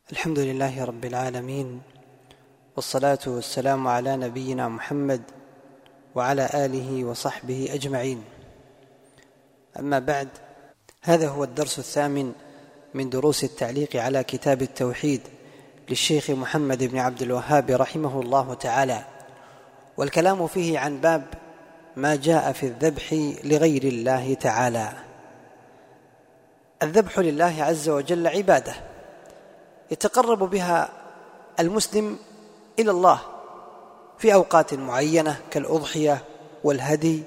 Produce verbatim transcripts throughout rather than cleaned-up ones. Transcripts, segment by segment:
الحمد لله رب العالمين، والصلاة والسلام على نبينا محمد وعلى آله وصحبه أجمعين. أما بعد، هذا هو الدرس الثامن من دروس التعليق على كتاب التوحيد للشيخ محمد بن عبد الوهاب رحمه الله تعالى، والكلام فيه عن باب ما جاء في الذبح لغير الله تعالى. الذبح لله عز وجل عبادة يتقرب بها المسلم إلى الله في أوقات معينة كالأضحية والهدي،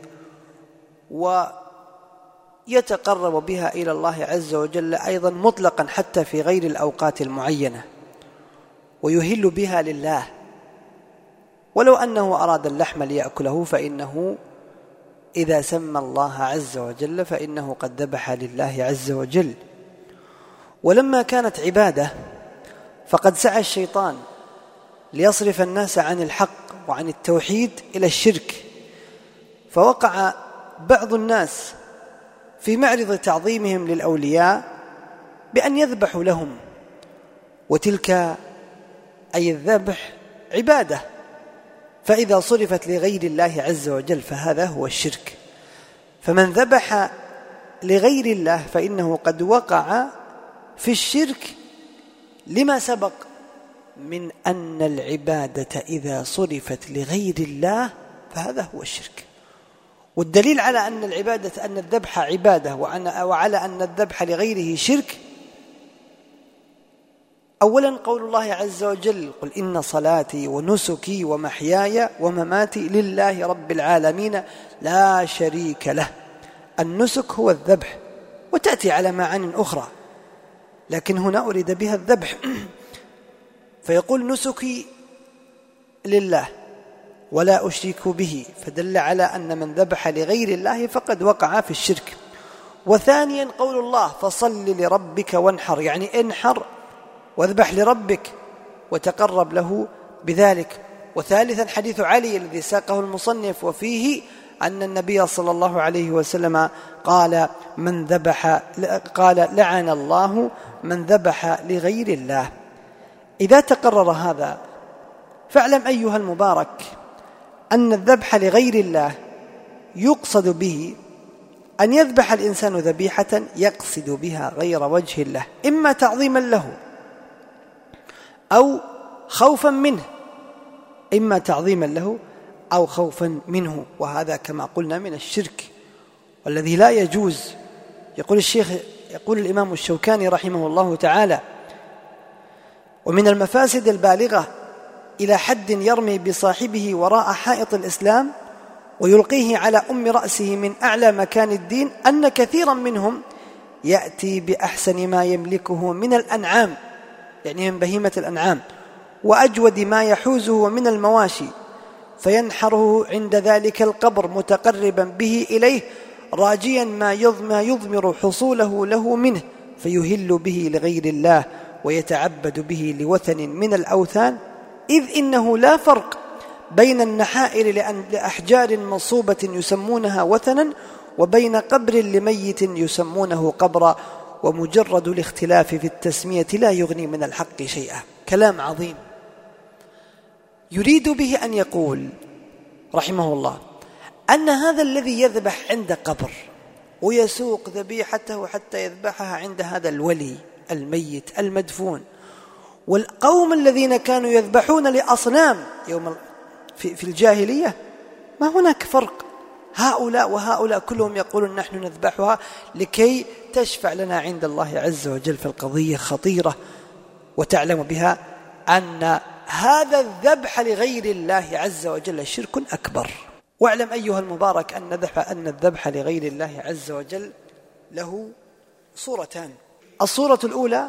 ويتقرب بها إلى الله عز وجل أيضا مطلقا حتى في غير الأوقات المعينة، ويهل بها لله. ولو أنه أراد اللحم ليأكله فإنه إذا سمى الله عز وجل فإنه قد ذبح لله عز وجل. ولما كانت عبادة فقد سعى الشيطان ليصرف الناس عن الحق وعن التوحيد إلى الشرك، فوقع بعض الناس في معرض تعظيمهم للأولياء بأن يذبحوا لهم، وتلك أي الذبح عبادة، فإذا صرفت لغير الله عز وجل فهذا هو الشرك. فمن ذبح لغير الله فإنه قد وقع في الشرك لما سبق من أن العبادة إذا صرفت لغير الله فهذا هو الشرك. والدليل على أن العبادة أن الذبح عبادة وعلى أن الذبح لغيره شرك، أولا قول الله عز وجل: قل إن صلاتي ونسكي ومحياي ومماتي لله رب العالمين لا شريك له. النسك هو الذبح، وتأتي على معان أخرى، لكن هنا أريد بها الذبح. فيقول: نسكي لله ولا أشرك به، فدل على أن من ذبح لغير الله فقد وقع في الشرك. وثانيا قول الله: فصل لربك وانحر، يعني انحر واذبح لربك وتقرب له بذلك. وثالثا حديث علي الذي ساقه المصنف، وفيه أن النبي صلى الله عليه وسلم قال: من ذبح قال لعن الله من ذبح لغير الله. إذا تقرر هذا فاعلم أيها المبارك أن الذبح لغير الله يقصد به أن يذبح الإنسان ذبيحة يقصد بها غير وجه الله، إما تعظيما له أو خوفا منه، إما تعظيما له أو خوفا منه، وهذا كما قلنا من الشرك والذي لا يجوز. يقول الشيخ يقول الإمام الشوكاني رحمه الله تعالى: ومن المفاسد البالغة إلى حد يرمي بصاحبه وراء حائط الإسلام ويلقيه على أم رأسه من أعلى مكان الدين أن كثيرا منهم يأتي بأحسن ما يملكه من الأنعام، يعني من بهيمة الأنعام، وأجود ما يحوزه من المواشي، فينحره عند ذلك القبر متقربا به إليه راجيا ما يضمر حصوله له منه، فيهل به لغير الله ويتعبد به لوثن من الأوثان، إذ إنه لا فرق بين النحائر لأحجار مصوبة يسمونها وثنا وبين قبر لميت يسمونه قبرا، ومجرد الاختلاف في التسمية لا يغني من الحق شيئا. كلام عظيم يريد به أن يقول رحمه الله أن هذا الذي يذبح عند قبر ويسوق ذبيحته حتى يذبحها عند هذا الولي الميت المدفون، والقوم الذين كانوا يذبحون لأصنام يوم في, في الجاهلية، ما هناك فرق. هؤلاء وهؤلاء كلهم يقولون نحن نذبحها لكي تشفع لنا عند الله عز وجل في القضية خطيرة، وتعلم بها أن هذا الذبح لغير الله عز وجل شرك أكبر. واعلم أيها المبارك أن ذبح أن الذبح لغير الله عز وجل له صورتان. الصورة الأولى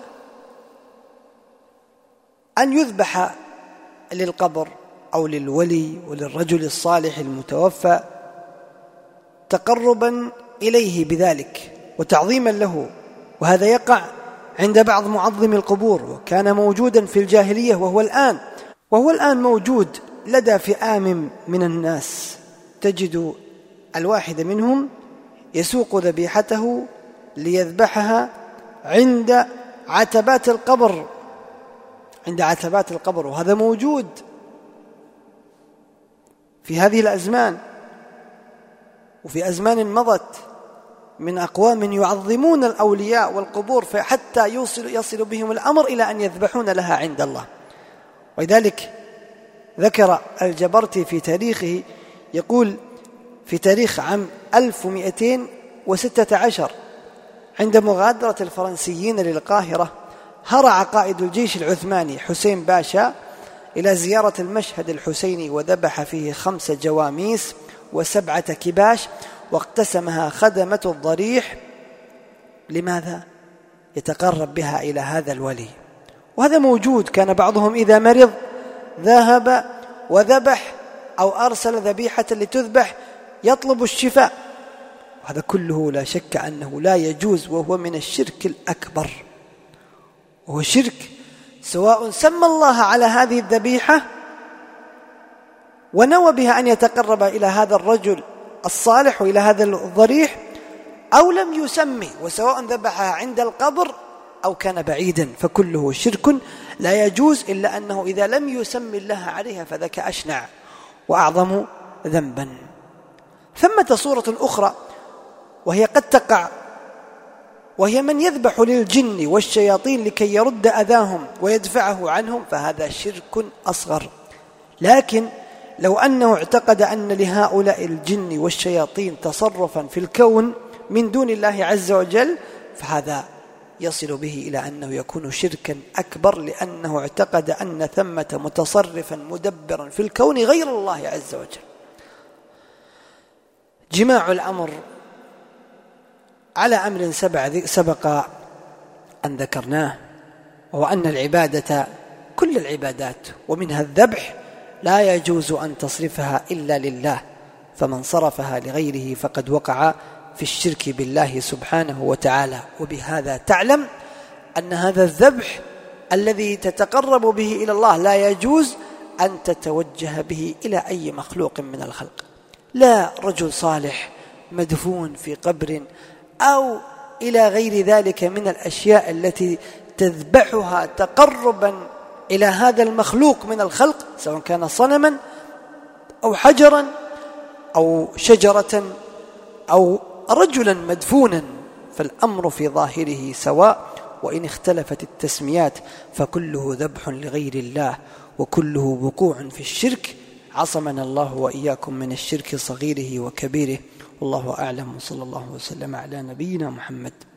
أن يذبح للقبر أو للولي وللرجل الصالح المتوفى تقربا إليه بذلك وتعظيما له، وهذا يقع عند بعض معظم القبور، وكان موجودا في الجاهلية وهو الآن وهو الآن موجود لدى فئام من الناس. تجد الواحد منهم يسوق ذبيحته ليذبحها عند عتبات القبر عند عتبات القبر، وهذا موجود في هذه الأزمان وفي أزمان مضت من أقوام يعظمون الأولياء والقبور حتى يوصل, يصل بهم الأمر إلى أن يذبحون لها عند الله. ولذلك ذكر الجبرتي في تاريخه، يقول في تاريخ عام ألف ومئتين وستة عشر عند مغادرة الفرنسيين للقاهرة، هرع قائد الجيش العثماني حسين باشا إلى زيارة المشهد الحسيني وذبح فيه خمس جواميس وسبعة كباش، واقتسمها خدمة الضريح. لماذا؟ يتقرب بها إلى هذا الولي. وهذا موجود، كان بعضهم إذا مرض ذهب وذبح أو أرسل ذبيحة لتذبح يطلب الشفاء. وهذا كله لا شك أنه لا يجوز، وهو من الشرك الأكبر، وهو شرك سواء سمى الله على هذه الذبيحة ونوى بها أن يتقرب إلى هذا الرجل الصالح وإلى هذا الضريح، أو لم يسمي، وسواء ذبحها عند القبر أو كان بعيدا، فكله شرك لا يجوز، إلا أنه إذا لم يسمي الله عليها فذاك أشنع وأعظم ذنبا. ثمة صورة أخرى وهي قد تقع، وهي من يذبح للجن والشياطين لكي يرد أذاهم ويدفعه عنهم، فهذا شرك أصغر. لكن لو أنه اعتقد أن لهؤلاء الجن والشياطين تصرفا في الكون من دون الله عز وجل، فهذا يصل به إلى أنه يكون شركا أكبر، لأنه اعتقد أن ثمة متصرفا مدبرا في الكون غير الله عز وجل. جماع الأمر على أمر سبق أن ذكرناه، وهو أن العبادة كل العبادات ومنها الذبح لا يجوز أن تصرفها إلا لله، فمن صرفها لغيره فقد وقع في الشرك بالله سبحانه وتعالى. وبهذا تعلم أن هذا الذبح الذي تتقرب به إلى الله لا يجوز أن تتوجه به إلى أي مخلوق من الخلق، لا رجل صالح مدفون في قبر أو إلى غير ذلك من الأشياء التي تذبحها تقربا إلى هذا المخلوق من الخلق، سواء كان صنما أو حجرا أو شجرة أو رجلا مدفونا، فالأمر في ظاهره سواء، وإن اختلفت التسميات فكله ذبح لغير الله وكله وقوع في الشرك. عصمنا الله وإياكم من الشرك صغيره وكبيره، والله أعلم، وصلى الله وسلم على نبينا محمد.